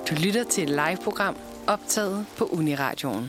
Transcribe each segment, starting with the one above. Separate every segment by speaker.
Speaker 1: Du lytter til et live-program optaget på Uniradioen.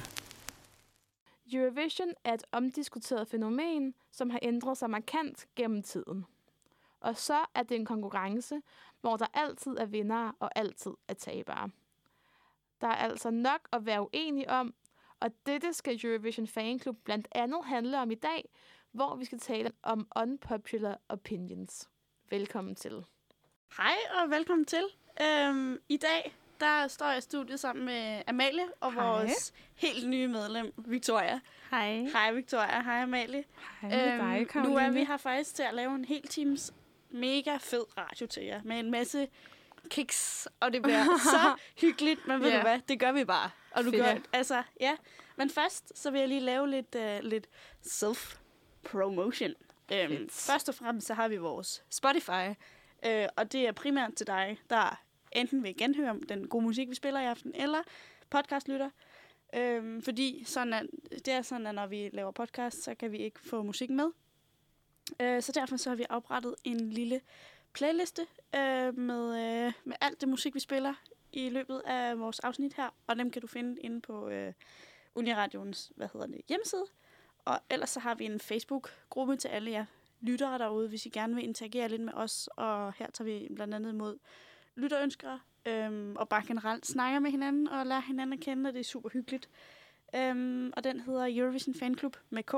Speaker 2: Eurovision er et omdiskuteret fænomen, som har ændret sig markant gennem tiden. Og så er det en konkurrence, hvor der altid er vindere og altid er tabere. Der er altså nok at være uenige om, og dette skal Eurovision Fanclub blandt andet handle om i dag, hvor vi skal tale om unpopular opinions. Velkommen til.
Speaker 3: Hej og velkommen til. I dag der står jeg i studiet sammen med Amalie og vores helt nye medlem, Victoria.
Speaker 4: Hej.
Speaker 3: Hej Victoria, hej Amalie.
Speaker 2: Hej med dig, Karoline.
Speaker 3: Nu er vi her faktisk til at lave en hel times mega fed radio til jer, med en masse kiks, og det bliver så hyggeligt, men ved du hvad, det gør vi bare. Og du gør, altså, ja. Men først, så vil jeg lige lave lidt self-promotion. Først og fremmest, så har vi vores Spotify, og det er primært til dig, der enten vil genhøre den gode musik, vi spiller i aften, eller podcastlytter. Fordi det er sådan, at når vi laver podcast, så kan vi ikke få musik med. Så derfor så har vi oprettet en lille playliste med alt det musik, vi spiller i løbet af vores afsnit her. Og dem kan du finde inde på Uniradions hjemmeside. Og ellers så har vi en Facebook-gruppe til alle jer lyttere derude, hvis I gerne vil interagere lidt med os. Og her tager vi blandt andet imod lytterønsker, og bare generelt snakker med hinanden og lærer hinanden at kende, og det er super hyggeligt. Og den hedder Eurovision Fanclub med K.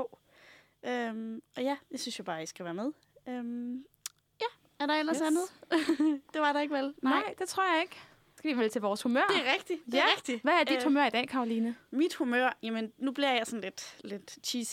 Speaker 3: Og ja, det synes jeg bare, I skal være med. Er der ellers andet? Det var der ikke vel?
Speaker 2: Nej, det tror jeg ikke. Skal vi vel til vores humør?
Speaker 3: Det er rigtigt. Det er rigtigt.
Speaker 2: Hvad er dit humør i dag, Karoline?
Speaker 3: Mit humør, jamen nu bliver jeg sådan lidt cheesy,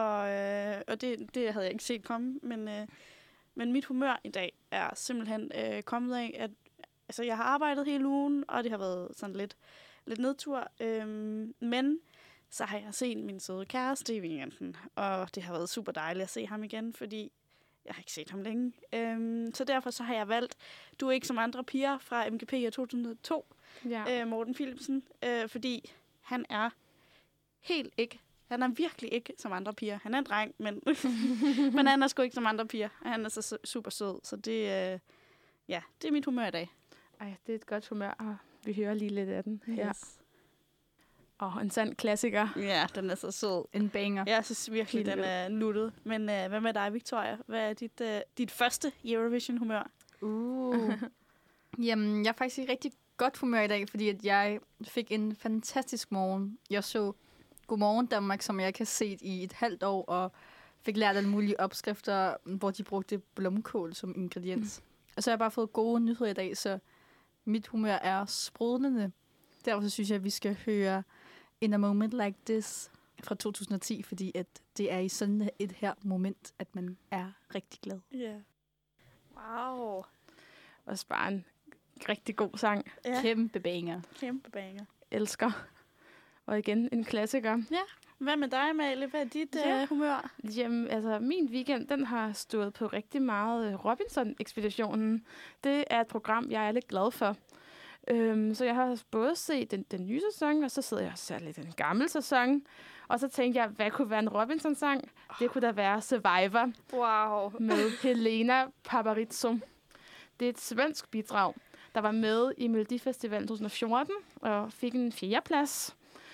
Speaker 3: og det havde jeg ikke set komme, men mit humør i dag er simpelthen kommet af, at altså, jeg har arbejdet hele ugen, og det har været sådan lidt nedtur, men så har jeg set min søde kæreste i weekenden, og det har været super dejligt at se ham igen, fordi jeg har ikke set ham længe. Så derfor så har jeg valgt Du er ikke som andre piger fra MGP i 2002, Morten Philipsen, fordi han er han er virkelig ikke som andre piger. Han er en dreng, men, men han er sgu ikke som andre piger. Han er så super sød, så det er mit humør i dag.
Speaker 2: Ej, det er et godt humør, og vi hører lige lidt af den her.
Speaker 3: Yes.
Speaker 2: Og en sand klassiker.
Speaker 3: Ja, den er så sød.
Speaker 4: En banger.
Speaker 3: Jeg synes virkelig, den er nuttet. Men hvad med dig, Victoria? Hvad er dit første Eurovision-humør?
Speaker 4: Jamen, jeg er faktisk i rigtig godt humør i dag, fordi at jeg fik en fantastisk morgen. Jeg så Godmorgen Danmark, som jeg kan se i et halvt år, og fik lært alle mulige opskrifter, hvor de brugte blomkål som ingrediens. Og så har jeg bare fået gode nyheder i dag, så mit humør er sprudlende. Derfor synes jeg, at vi skal høre In a Moment Like This fra 2010, fordi at det er i sådan et her moment, at man er rigtig glad.
Speaker 3: Ja. Yeah. Wow.
Speaker 2: Også bare en rigtig god sang.
Speaker 3: Ja.
Speaker 4: Kæmpe banger.
Speaker 3: Kæmpe banger.
Speaker 2: Elsker. Og igen, en klassiker.
Speaker 3: Ja. Hvad med dig, Amalie? Hvad er dit humør?
Speaker 2: Jamen, altså, min weekend, den har stået på rigtig meget Robinson-ekspeditionen. Det er et program, jeg er lidt glad for. Så jeg har både set den nye sæson, og så sidder jeg og ser lidt den gamle sæson. Og så tænkte jeg, hvad kunne være en Robinson-sang? Det kunne da være Survivor.
Speaker 3: Wow.
Speaker 2: Med Helena Paparizou. Det er et svensk bidrag, der var med i Melodifestivalen 2014 og fik en 4. plads.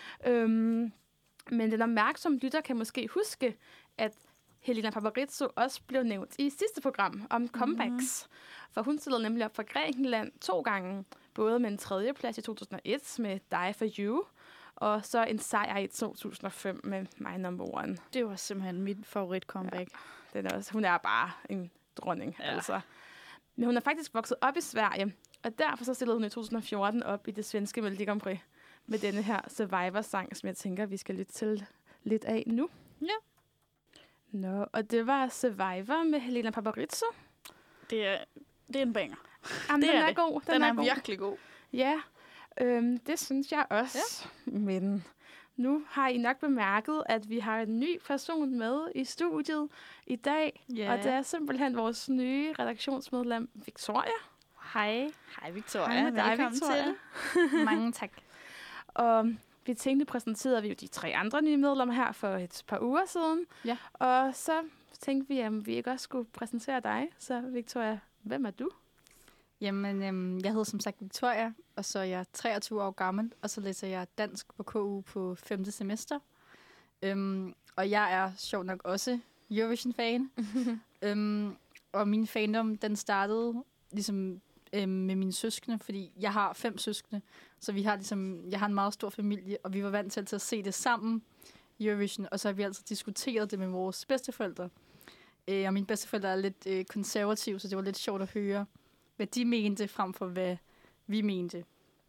Speaker 2: Men den opmærksomme lytter kan måske huske, at Helena Paparizou også blev nævnt i sidste program om comebacks. For hun stillede nemlig op for Grækenland 2 gange. Både med en 3. plads i 2001 med Die For You, og så en sejr i 2005 med My Number One.
Speaker 3: Det var simpelthen mit favorit comeback.
Speaker 2: Ja, hun er bare en dronning, altså. Men hun er faktisk vokset op i Sverige, og derfor så stillede hun i 2014 op i det svenske Melodi Grand Prix med denne her Survivor-sang, som jeg tænker, vi skal lytte til lidt af nu.
Speaker 3: Ja.
Speaker 2: Nå, og det var Survivor med Helena Paparizou.
Speaker 3: Det er en banger.
Speaker 2: Jamen, den er god.
Speaker 3: Den er virkelig god.
Speaker 2: Ja, det synes jeg også. Ja. Men nu har I nok bemærket, at vi har en ny person med i studiet i dag. Yeah. Og det er simpelthen vores nye redaktionsmedlem, Victoria.
Speaker 4: Hej.
Speaker 3: Hej, Victoria.
Speaker 2: Hej med dig,
Speaker 3: velkommen
Speaker 2: Victoria.
Speaker 4: Til. Mange tak.
Speaker 2: Og vi tænkte, præsenterede vi jo de 3 andre nye medlemmer her for et par uger siden. Ja. Og så tænkte vi, at vi ikke også skulle præsentere dig. Så Victoria, hvem er du?
Speaker 4: Jamen, jeg hedder som sagt Victoria, og så er jeg 23 år gammel, og så læser jeg dansk på KU på 5. semester. Og jeg er sjov nok også Eurovision-fan. Og min fandom, den startede ligesom med mine søskende, fordi jeg har 5 søskende, så vi har ligesom, jeg har en meget stor familie, og vi var vant til at se det sammen, Eurovision, og så har vi altid diskuteret det med vores bedsteforældre. Og mine bedsteforældre er lidt konservative, så det var lidt sjovt at høre, hvad de mente, frem for hvad vi mente.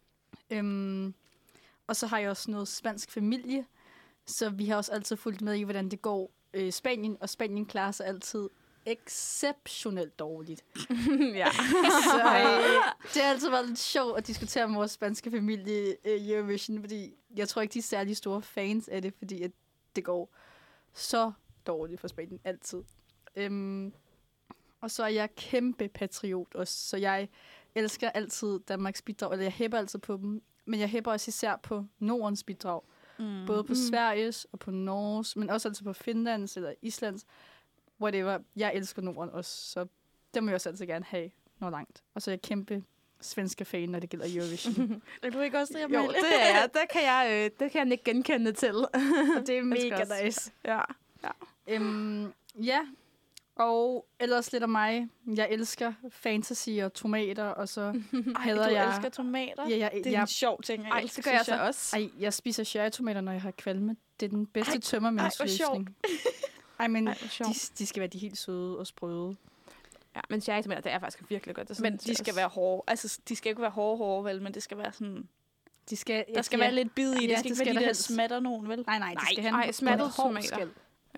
Speaker 4: Og så har jeg også noget spansk familie, så vi har også altid fulgt med i, hvordan det går i Spanien, og Spanien klarer sig altid exceptionelt dårligt.
Speaker 2: Ja.
Speaker 4: Så det har altid været lidt sjovt at diskutere med vores spanske familie Eurovision, fordi jeg tror ikke, de er særlig store fans af det, fordi at det går så dårligt for Spanien altid. Og så er jeg kæmpe patriot også, så jeg elsker altid Danmarks bidrag, eller jeg hæpper altid på dem, men jeg hæpper også især på Nordens bidrag. Både på Sveriges og på Norges, men også altid på Finlands eller Islands. Whatever. Jeg elsker Norden også, så det må jeg også altid gerne have noget langt. Og så er jeg kæmpe svenske fan, når det gælder Eurovision.
Speaker 3: Er du ikke også det,
Speaker 2: Jo, det er jeg. Det kan jeg ikke genkende til.
Speaker 4: Og det er mega nice.
Speaker 2: Ja.
Speaker 4: Ja, og ellers lidt af mig. Jeg elsker fantasy og tomater, og så hader jeg...
Speaker 3: Du elsker tomater?
Speaker 4: Ja,
Speaker 3: det er en sjov ting.
Speaker 2: Det gør jeg så også.
Speaker 4: Jeg spiser cherrytomater, når jeg har kvalme. Det er den bedste tømmermændsløsning. Men de skal være de helt søde og sprøde.
Speaker 2: Ja, men cherrytomater, det er faktisk virkelig godt. Det
Speaker 3: men de skal være hårde. Altså, de skal ikke være hårde, vel, men det skal være sådan...
Speaker 4: Der skal være lidt bid i det.
Speaker 3: Det skal ikke være de der smatter nogen, vel?
Speaker 4: Nej, det skal have en
Speaker 2: smattet tomater.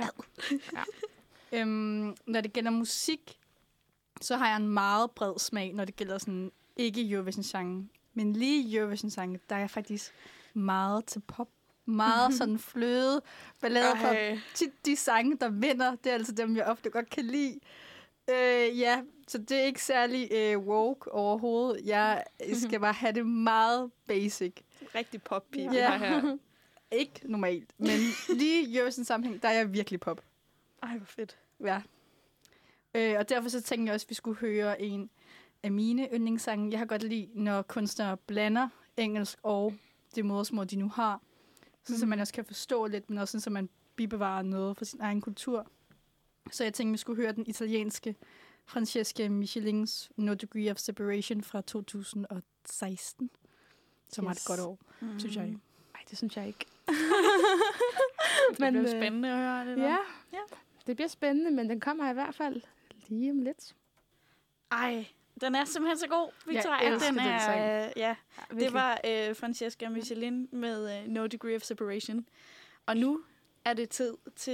Speaker 4: Ja. Når det gælder musik, så har jeg en meget bred smag, når det gælder sådan ikke Eurovision-sange. Men lige Eurovision-sange, der er jeg faktisk meget til pop. Meget sådan fløde ballader på. Tit de sange, der vinder, det er altså dem, jeg ofte godt kan lide. Ja, så det er ikke særlig woke overhovedet. Jeg skal bare have det meget basic.
Speaker 3: Rigtig pop-pige.
Speaker 4: Ja. Her. Ikke normalt, men lige i Eurovision-sammenhæng, der er jeg virkelig pop.
Speaker 3: Ej, hvor fedt.
Speaker 4: Ja. Og derfor så tænkte jeg også, at vi skulle høre en af mine yndlingssange. Jeg har godt lide, når kunstnere blander engelsk og det modersmål, de nu har. Så man også kan forstå lidt, men også sådan, så man bibevarer noget fra sin egen kultur. Så jeg tænkte, vi skulle høre den italienske Francesca Michelins No Degree of Separation fra 2016. Som var et godt år, synes jeg.
Speaker 2: Nej, det synes jeg ikke.
Speaker 3: Det bliver spændende at høre det der.
Speaker 2: Ja, det bliver spændende, men den kommer i hvert fald lige om lidt.
Speaker 3: Ej, den er simpelthen så god, Victoria. Det var Francesca Michelin med No Degree of Separation. Og nu er det tid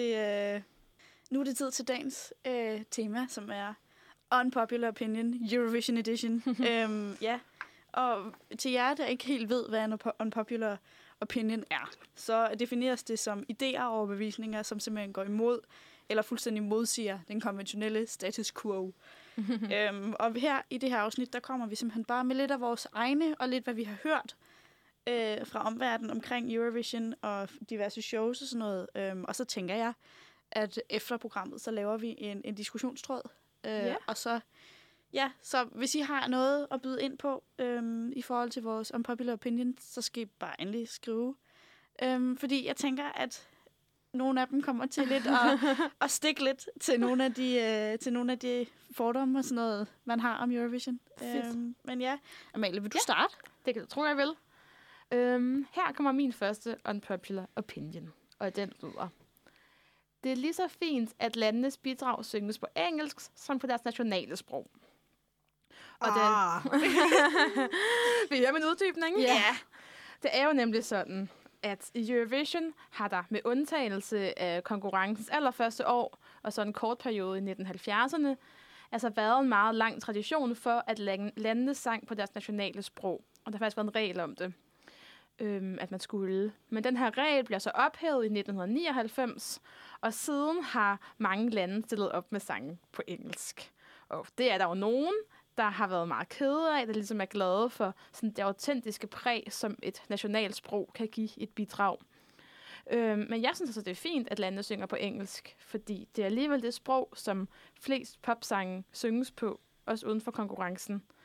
Speaker 3: til dagens tema, som er Unpopular Opinion, Eurovision Edition. Og til jer, der ikke helt ved, hvad en unpopular opinion er, så defineres det som idéer og overbevisninger, som simpelthen går imod eller fuldstændig modsiger den konventionelle status quo. Og her i det her afsnit, der kommer vi simpelthen bare med lidt af vores egne, og lidt hvad vi har hørt fra omverdenen omkring Eurovision og diverse shows og sådan noget. Og så tænker jeg, at efter programmet, så laver vi en diskussionstråd. Og så hvis I har noget at byde ind på i forhold til vores unpopular opinion, så skal I bare endelig skrive. Fordi jeg tænker, at nogle af dem kommer til lidt at stikke lidt til nogle af de fordomme og sådan noget, man har om Eurovision. Men ja, Amalie, vil du starte?
Speaker 2: Det kan jeg tro, jeg vil. Her kommer min første unpopular opinion, og den lyder: det er lige så fint, at landenes bidrag synges på engelsk, som på deres nationale sprog. Og vil I høre min uddybning?
Speaker 3: Ja.
Speaker 2: Det er jo nemlig sådan, at i Eurovision har der med undtagelse af konkurrencens allerførste år, og så en kort periode i 1970'erne, altså været en meget lang tradition for, at landene sang på deres nationale sprog. Og der har faktisk været en regel om det, at man skulle. Men den her regel bliver så ophævet i 1999, og siden har mange lande stillet op med sange på engelsk. Og det er der jo nogen, der har været meget kede af, der ligesom er glade for sådan det autentiske præg, som et nationalsprog kan give et bidrag. Men jeg synes altså, det er fint, at landene synger på engelsk, fordi det er alligevel det sprog, som flest popsange synges på, også uden for konkurrencen.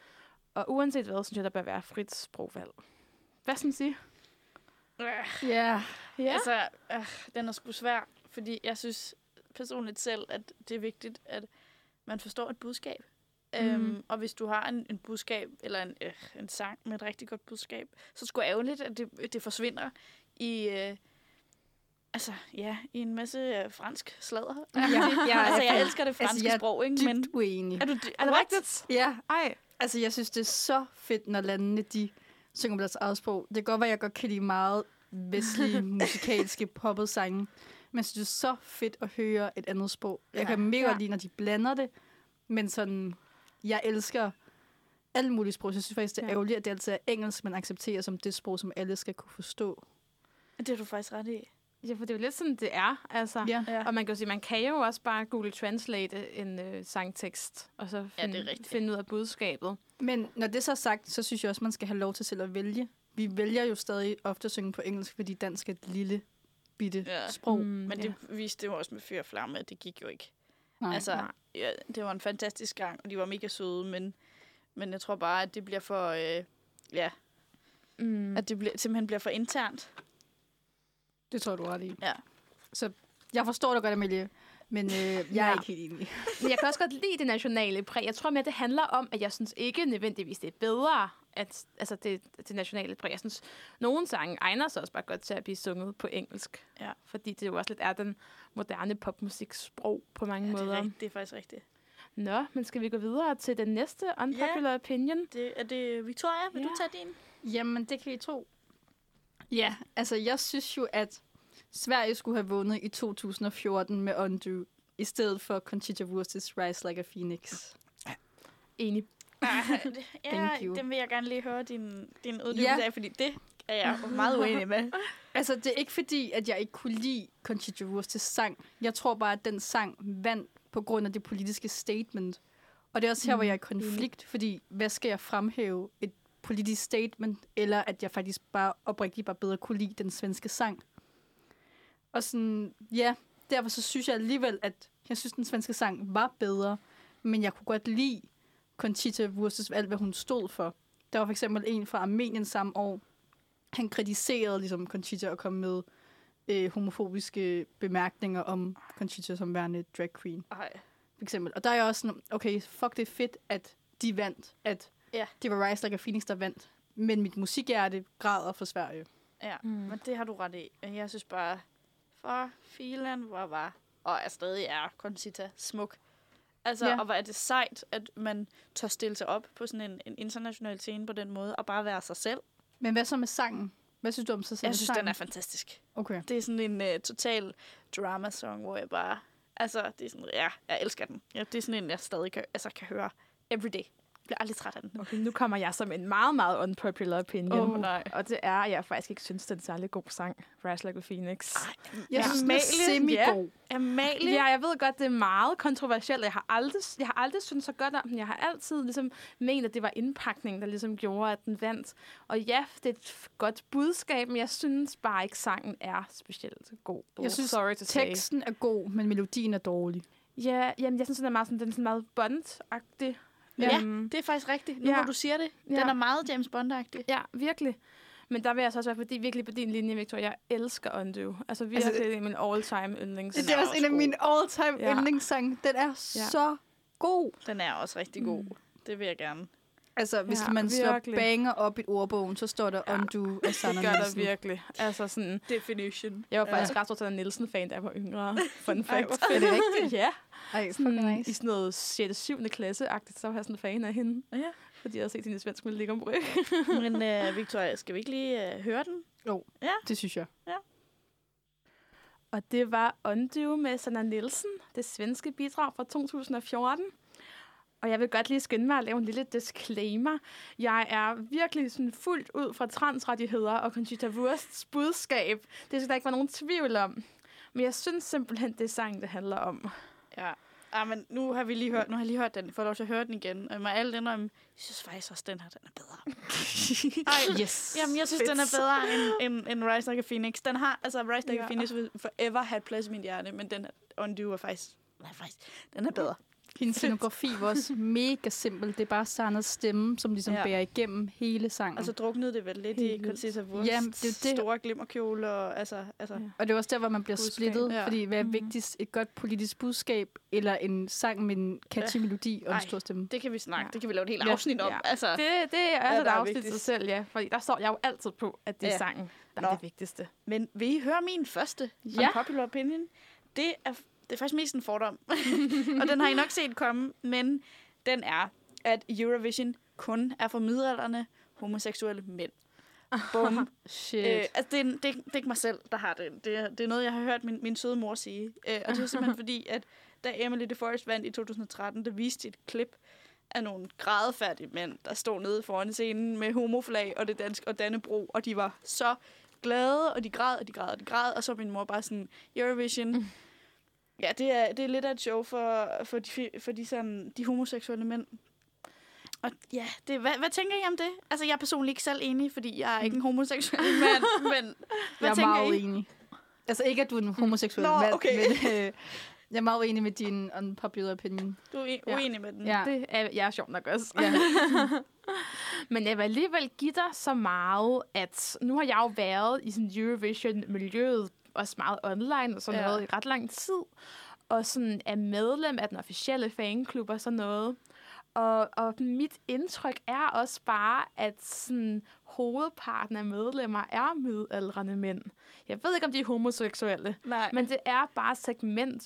Speaker 2: Og uanset hvad, synes jeg, der bør være frit sprogvalg. Hvad synes I?
Speaker 4: Ja.
Speaker 3: Altså, den er sgu svær, fordi jeg synes personligt selv, at det er vigtigt, at man forstår et budskab. Og hvis du har en budskab, eller en sang med et rigtig godt budskab, så er det sgu ærgerligt, at det forsvinder i... i en masse fransk sladder. Jeg elsker det franske sprog, ikke?
Speaker 4: Men uenig.
Speaker 2: Er det rigtigt?
Speaker 4: Ja.
Speaker 2: Ej.
Speaker 4: Altså, jeg synes, det er så fedt, når landene, de synger på deres eget sprog. Det kan godt være, jeg godt kan lide meget vestlige, musikalske, poppede sange. Men jeg synes, det er så fedt at høre et andet sprog. Jeg kan mega godt lide, når de blander det. Men sådan, jeg elsker alle mulige sprog. Så jeg synes faktisk, det er ærgerligt, at det altid er engelsk, man accepterer som det sprog, som alle skal kunne forstå.
Speaker 3: Det er du faktisk ret i.
Speaker 2: Ja, for det er jo lidt sådan, det er. Altså.
Speaker 4: Ja.
Speaker 2: Og man kan jo sige, man kan jo også bare Google Translate en sangtekst, og så finde ud af budskabet.
Speaker 4: Men når det så er sagt, så synes jeg også, man skal have lov til selv at vælge. Vi vælger jo stadig ofte at synge på engelsk, fordi dansk er et lille, bitte sprog.
Speaker 3: Men det viste jo også med fyr og flamme, at det gik jo ikke. Nej. Ja, det var en fantastisk gang, og de var mega søde, men jeg tror bare, at det bliver for... at det simpelthen bliver for internt.
Speaker 4: Det tror du ret i.
Speaker 3: Ja.
Speaker 4: Så jeg forstår dig godt, Amelie, men jeg er ikke helt enig.
Speaker 2: Men jeg kan også godt lide det nationale præg. Jeg tror mere, det handler om, at jeg synes ikke nødvendigvis, det er bedre, at det nationale præg. Jeg synes, nogle sange egner sig også bare godt til at blive sunget på engelsk. Ja. Fordi det jo også lidt er den moderne popmusiksprog på mange måder.
Speaker 3: Det er faktisk rigtigt.
Speaker 2: Nå, men skal vi gå videre til den næste unpopular opinion?
Speaker 3: Er det Victoria? Vil du tage din?
Speaker 4: Jamen, det kan I tro. Ja, altså jeg synes jo, at Sverige skulle have vundet i 2014 med Undo, i stedet for Conchita Wurst's Rise Like a Phoenix.
Speaker 2: Enig.
Speaker 3: Den vil jeg gerne lige høre din uddybelse af, fordi det er jeg meget uenig med.
Speaker 4: Altså, det er ikke fordi, at jeg ikke kunne lide Conchita Wurst's sang. Jeg tror bare, at den sang vandt på grund af det politiske statement. Og det er også her, hvor jeg er i konflikt, fordi hvad skal jeg fremhæve? Et politisk statement, eller at jeg faktisk bare oprigtigt bare bedre kunne lide den svenske sang. Og sådan, derfor så synes jeg alligevel, at jeg synes, den svenske sang var bedre, men jeg kunne godt lide Conchita Wurst's alt, hvad hun stod for. Der var for eksempel en fra Armenien samme år. Han kritiserede ligesom Conchita at komme med homofobiske bemærkninger om Conchita som værende drag queen. For eksempel. Og der er jeg også sådan, okay, fuck, det er fedt, at de vandt, at det var Rise Like a Phoenix, der vandt. Men mit musikhjerte græder for Sverige.
Speaker 3: Ja, men det har du ret i. Jeg synes bare, for filen, hvor var, og er stadig Conchita smuk. Altså, og hvor er det sejt, at man tør stille sig op på sådan en international scene på den måde, og bare være sig selv.
Speaker 4: Men hvad så med sangen? Hvad synes du om sig selv?
Speaker 3: Jeg synes, den er fantastisk.
Speaker 4: Okay.
Speaker 3: Det er sådan en total drama-song, hvor jeg bare... Altså, det er sådan... Ja, jeg elsker den. Ja, det er sådan en, jeg stadig kan høre everyday. Jeg bliver aldrig træt af den.
Speaker 2: Okay, nu kommer jeg som en meget, meget unpopular opinion. Og det er, at jeg faktisk ikke synes, det er en særlig god sang. Rise Like a Phoenix.
Speaker 4: Jeg synes, den er semi-god.
Speaker 3: Amalie.
Speaker 2: Ja, jeg ved godt, det er meget kontroversielt. Jeg har aldrig syntes så godt om den. Jeg har altid ligesom ment, at det var indpakningen, der ligesom gjorde, at den vandt. Og ja, det er et godt budskab, men jeg synes bare ikke, sangen er specielt god.
Speaker 4: Jeg synes, teksten er god, men melodien er dårlig.
Speaker 2: Ja, jamen, jeg synes, den er meget, den er sådan meget Bond-agtig.
Speaker 3: Ja, det er faktisk rigtigt. Nu hvor du siger det. Den er meget James Bond-agtig.
Speaker 2: Ja, virkelig. Men der vil jeg så også være virkelig på din linje, Victoria. Jeg elsker Undo. Altså virkelig min all-time yndlingssang.
Speaker 4: Det er også en af mine all-time yndlingssange. Den er så god.
Speaker 3: Den er også rigtig god. Det vil jeg gerne.
Speaker 4: Altså, hvis man slår banger op i ordbogen, så står der Undo af Sanna Nielsen.
Speaker 2: Det gør der virkelig. Altså sådan...
Speaker 3: Definition.
Speaker 2: Jeg var faktisk ret stor Sanna Nielsen-fan, da jeg var yngre. Fun fact.
Speaker 4: Er det rigtigt?
Speaker 2: Ja.
Speaker 4: Ej, nice.
Speaker 2: I sådan noget 6. 7. klasse-agtigt, så var jeg sådan en fan af hende. Ja. Fordi jeg havde set hende i Svensk Melodi Grand Prix.
Speaker 3: Men Victoria, skal vi ikke lige høre den?
Speaker 4: Jo, det synes jeg.
Speaker 3: Ja.
Speaker 2: Og det var Undo med Sanna Nielsen, det svenske bidrag fra 2014. Og jeg vil godt lige skynde mig at lave en lille disclaimer. Jeg er virkelig sådan fuldt ud fra transrettigheder og Conchita Wurst's budskab. Det skal der ikke være nogen tvivl om. Men jeg synes simpelthen, det er sangen, det handler om.
Speaker 3: Ja, men nu har jeg lige hørt den. Jeg får lov til at høre den igen. Og med alt indrømme, jeg synes faktisk også, den er bedre.
Speaker 4: Yes.
Speaker 3: Jamen, jeg synes, den er bedre end Rise Like a Phoenix. Den har, altså Rise Like a Phoenix vil forever have plads i min hjerte, men den Undo er faktisk, den er bedre.
Speaker 4: Hendes scenografi var også mega simpel. Det er bare Sannas stemme, som ligesom bærer igennem hele sangen.
Speaker 3: Og så druknede det vel lidt i Conchita Wursts store glimmerkjole. Og, altså.
Speaker 4: Og det er også der, hvor man bliver splittet. Fordi hvad er vigtigst? Et godt politisk budskab, eller en sang med en catchy melodi og en stor stemme?
Speaker 3: Det kan vi snakke. Det kan vi lave et helt afsnit om. Altså,
Speaker 2: det er også et afsnit til sig selv, ja. Fordi der står jeg jo altid på, at det er sangen, der er det vigtigste.
Speaker 3: Men vil I høre min første unpopular opinion? Det er faktisk mest en fordom. Og den har I nok set komme, men den er, at Eurovision kun er for midaldrende homoseksuelle mænd. Bum.
Speaker 4: Shit.
Speaker 3: Altså, det er ikke mig selv, der har det. Det er noget, jeg har hørt min søde mor sige. Og det er simpelthen fordi, at da Emily de Forest vandt i 2013, der viste et klip af nogle grædefærdige mænd, der stod nede foran scenen med homoflag og det danske og Dannebrog, og de var så glade, og de græd, og så min mor bare sådan, Eurovision. Ja, det er lidt af et show for de, sådan, de homoseksuelle mænd. Og ja, hvad tænker I om det? Altså, jeg er personligt ikke selv enig, fordi jeg er ikke en homoseksuel mand, men hvad tænker I?
Speaker 4: Jeg er meget enig. Altså ikke, at du er en homoseksuel mand, men jeg er meget enig med din unpopular opinion.
Speaker 3: Du er uenig med den?
Speaker 2: Ja. Det er jeg sjovt nok også. Ja. Men jeg vil alligevel give dig så meget, at nu har jeg jo været i sådan Eurovision-miljøet, også meget online og sådan noget i ret lang tid, og sådan er medlem af den officielle fanklub og sådan noget. Og mit indtryk er også bare, at sådan, hovedparten af medlemmer er midaldrende mænd. Jeg ved ikke, om de er homoseksuelle, men det er bare et segment,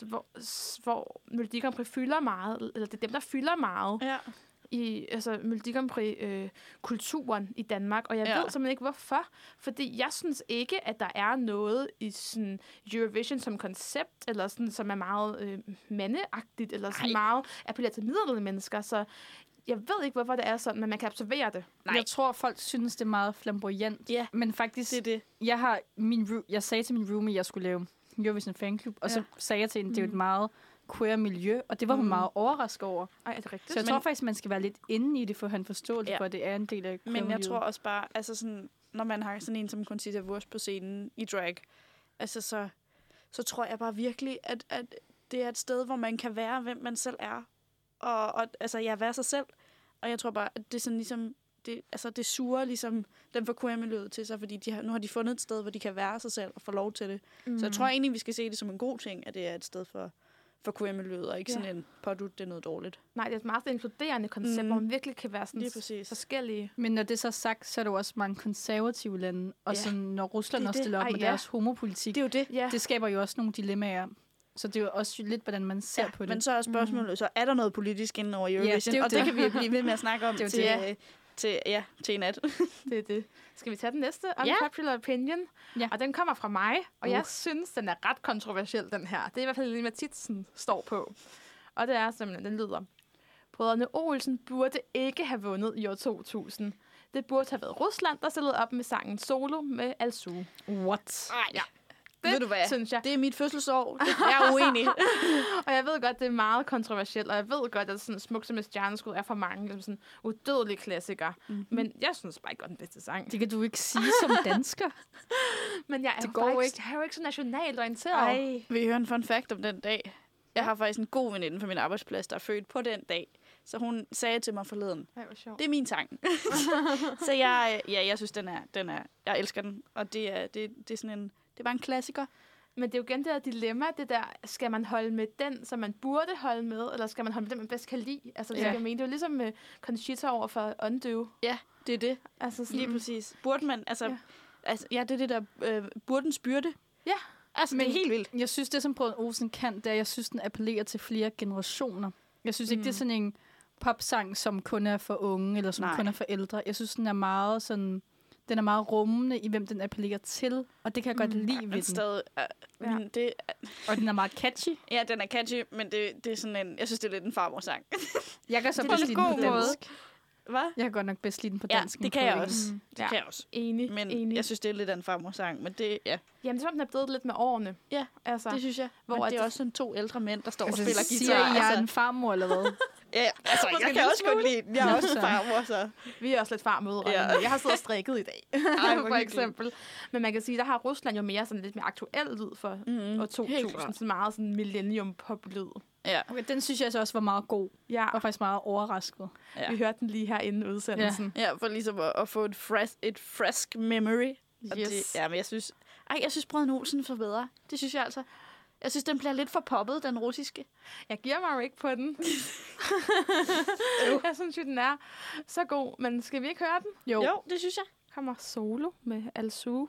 Speaker 2: hvor Melodi Grand Prix fylder meget, eller det er dem, der fylder meget i Melodi Grand Prix-kulturen i Danmark. Og jeg ved simpelthen ikke, hvorfor. Fordi jeg synes ikke, at der er noget i sådan Eurovision som koncept, eller sådan, som er meget mandeagtigt, eller sådan meget appellerer til midaldrende mennesker. Så jeg ved ikke, hvorfor det er sådan, men man kan observere det.
Speaker 4: Nej. Jeg tror, folk synes, det er meget flamboyant.
Speaker 3: Ja,
Speaker 4: men faktisk,
Speaker 3: det er det.
Speaker 4: Jeg sagde til min roomie, at jeg skulle lave Eurovision Fanklub, og så sagde jeg til hende, det er jo et meget queer miljø, og det var hun meget overrasket over.
Speaker 2: Ej, er det rigtigt?
Speaker 4: Så jeg tror faktisk, man skal være lidt inde i det, for at have en forståelse for, at det er en del af queer-miljøet.
Speaker 3: Men jeg tror også bare, altså sådan, når man har sådan en som Conchita Wurst på scenen i drag, altså så tror jeg bare virkelig, at det er et sted, hvor man kan være, hvem man selv er. Og altså, være sig selv. Og jeg tror bare, at det er sådan ligesom, det suger ligesom den for queer-miljøet til sig, fordi nu har de fundet et sted, hvor de kan være sig selv og få lov til det. Så jeg tror egentlig, vi skal se det som en god ting, at det er et sted for queer-miljøet, og ikke sådan en pådut, det er noget dårligt.
Speaker 2: Nej, det er et meget inkluderende koncept, hvor man virkelig kan være sådan forskellige.
Speaker 4: Men når det så er sagt, så er der jo også mange konservative lande, og sådan, når Rusland også stiller op med deres homopolitik,
Speaker 3: det er jo det.
Speaker 4: Det skaber jo også nogle dilemmaer. Så det er jo også lidt, hvordan man ser på det.
Speaker 3: Men så er spørgsmålet, så er der noget politisk inden over Eurovision? Og det kan vi blive ved med at snakke om til en nat.
Speaker 2: Det er det. Skal vi tage den næste unpopular opinion? Ja. Og den kommer fra mig, og jeg synes, den er ret kontroversiel, den her. Det er i hvert fald lige, hvad titlen står på. Og det er simpelthen, den lyder: Brødrene Olsen burde ikke have vundet i år 2000. Det burde have været Rusland, der stillede op med sangen Solo med Alsu.
Speaker 4: What?
Speaker 2: Ja.
Speaker 3: Ved du hvad?
Speaker 2: Synes jeg.
Speaker 3: Det er mit fødselsår. Jeg er uenig.
Speaker 2: Og jeg ved godt, det er meget kontroversielt, og jeg ved godt, at sådan Smuk som et stjerneskud er for mange ligesom sådan udødelige klassikere. Men jeg synes bare ikke godt den bedste sang.
Speaker 4: Det kan du ikke sige som dansker.
Speaker 2: Men jeg er jo ikke så nationalt orienteret.
Speaker 3: Vil I høre en fun fact om den dag? Jeg har faktisk en god veninde fra min arbejdsplads, der er født på den dag. Så hun sagde til mig forleden, det er min sang. Så jeg synes, den er, jeg elsker den. Og det er sådan en, det er bare en klassiker.
Speaker 2: Men det er jo igen det der dilemma, det der, skal man holde med den, som man burde holde med, eller skal man holde med den, man bedst kan lide? Altså, jeg mener, det er jo ligesom med Conchita over for Undo.
Speaker 3: Ja, det er det.
Speaker 2: Altså, sådan,
Speaker 3: lige præcis. Burde man, det er det der, burdens byrde.
Speaker 2: Ja.
Speaker 3: Altså, det er helt vildt.
Speaker 4: Jeg synes, det som Brødrene Olsen kan, det er, jeg synes, den appellerer til flere generationer. Jeg synes ikke, det er sådan en popsang, som kun er for unge, eller som kun er for ældre. Jeg synes, den er meget sådan... Den er meget rummende i, hvem den appellerer til, og det kan jeg godt lide ved den.
Speaker 3: Stadig,
Speaker 4: og den er meget catchy.
Speaker 3: Ja, den er catchy, men det er sådan en... Jeg synes, det er lidt en farmorsang.
Speaker 4: Jeg kan så bedst lide den på dansk.
Speaker 3: Hvad?
Speaker 4: Jeg kan godt nok bedst lide den på dansk.
Speaker 3: Ja, det kan jeg også. Det kan jeg også.
Speaker 2: Enig.
Speaker 3: Men jeg synes, det er lidt af en farmorsang, men det,
Speaker 2: Jamen, det er som, den er blevet lidt med årene.
Speaker 3: Ja,
Speaker 2: altså,
Speaker 3: det synes jeg. Men det er også sådan 2 ældre mænd, der står og spiller guitar.
Speaker 4: Siger jeg er en farmor, eller hvad?
Speaker 3: Ja, altså, jeg kan også godt lide den. Jeg er også en farmor, så...
Speaker 2: Vi er også lidt farmøde, og jeg har siddet og strikket i dag, for eksempel. Men man kan sige, der har Rusland jo mere sådan lidt mere aktuel lyd for år 2000. Sådan meget sådan millennium-pop-lyd.
Speaker 3: Ja.
Speaker 4: Okay, den synes jeg så også var meget god.
Speaker 2: Ja,
Speaker 4: Jeg var faktisk meget overrasket.
Speaker 3: Ja.
Speaker 2: vi hørte den lige her inden udsendelsen.
Speaker 3: Ja, for ligesom at få et frisk memory. Og
Speaker 2: Yes.
Speaker 3: det, ja, men jeg synes Brødrene Olsen er bedre. Det synes jeg altså. Jeg synes, den bliver lidt for poppet, den russiske.
Speaker 2: Jeg giver mig jo ikke på den. Jeg synes jo, den er så god. Men skal vi ikke høre den?
Speaker 3: Jo, det synes jeg.
Speaker 2: Kommer Solo med Alsu.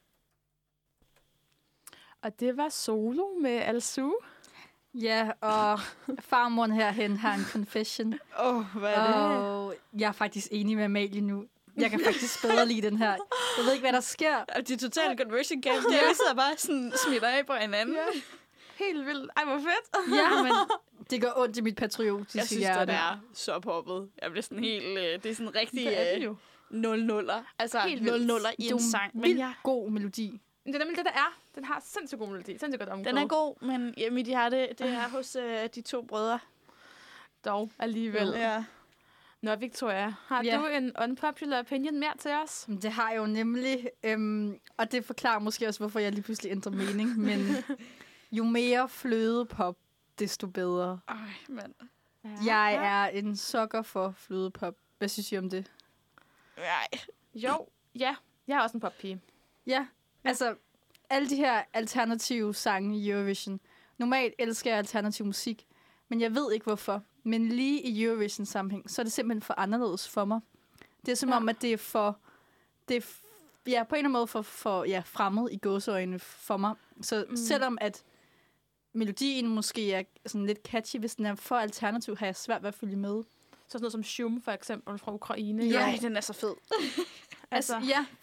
Speaker 2: Og det var Solo med Alsu.
Speaker 4: Ja, og farmoren herhen har en confession.
Speaker 3: Hvad er det?
Speaker 4: Og jeg er faktisk enig med Amalie nu. Jeg kan faktisk bedre lide den her. Jeg ved ikke, hvad der sker.
Speaker 3: Det er totalt conversion camp. Det er jo så bare sådan smitter af på hinanden.
Speaker 2: Ja. Helt vildt. Ej, hvor fedt.
Speaker 4: Ja, men det gør ondt i mit patriotiske
Speaker 3: Jeg synes,
Speaker 4: hjerte.
Speaker 3: den er så poppet. Jeg bliver sådan helt... det er sådan rigtig
Speaker 2: Det er den jo.
Speaker 3: 0-0'er. Altså
Speaker 2: Helt vildt.
Speaker 3: 0-0'er i
Speaker 4: Det er
Speaker 3: en
Speaker 4: jo
Speaker 3: sang.
Speaker 4: en
Speaker 3: Men
Speaker 4: vildt
Speaker 3: jeg,
Speaker 4: god melodi.
Speaker 2: Men det er nemlig det, der er. Den har sindssygt god melodi. Sindssygt godt omkvæd.
Speaker 3: den er god, men mit hjerte, det er hos de to brødre.
Speaker 2: Dog alligevel.
Speaker 3: Ja.
Speaker 2: Nå, Victoria, har
Speaker 4: Ja.
Speaker 2: du en unpopular opinion mere til os?
Speaker 4: Men det har jeg jo nemlig, og det forklarer måske også, hvorfor jeg lige pludselig ændrer mening, men jo mere flødepop, desto bedre.
Speaker 3: Ej, mand.
Speaker 4: Jeg er en sukker for flødepop. Hvad synes I om det?
Speaker 3: Nej.
Speaker 2: Jo, ja. Jeg er også en poppige.
Speaker 4: Ja, altså alle de her alternative sange i Eurovision. Normalt elsker jeg alternativ musik, men jeg ved ikke hvorfor. Men lige i Eurovision-sammenhæng, så er det simpelthen for anderledes for mig. Det er som om, at det er for... Det er på en eller anden måde for fremmed i gåseøjne for mig. Så selvom at melodien måske er sådan lidt catchy, hvis den er for alternativ, har jeg svært ved at følge med.
Speaker 2: Så sådan noget som Shum, for eksempel, fra Ukraine.
Speaker 3: Ja, den er så fed.
Speaker 2: Altså,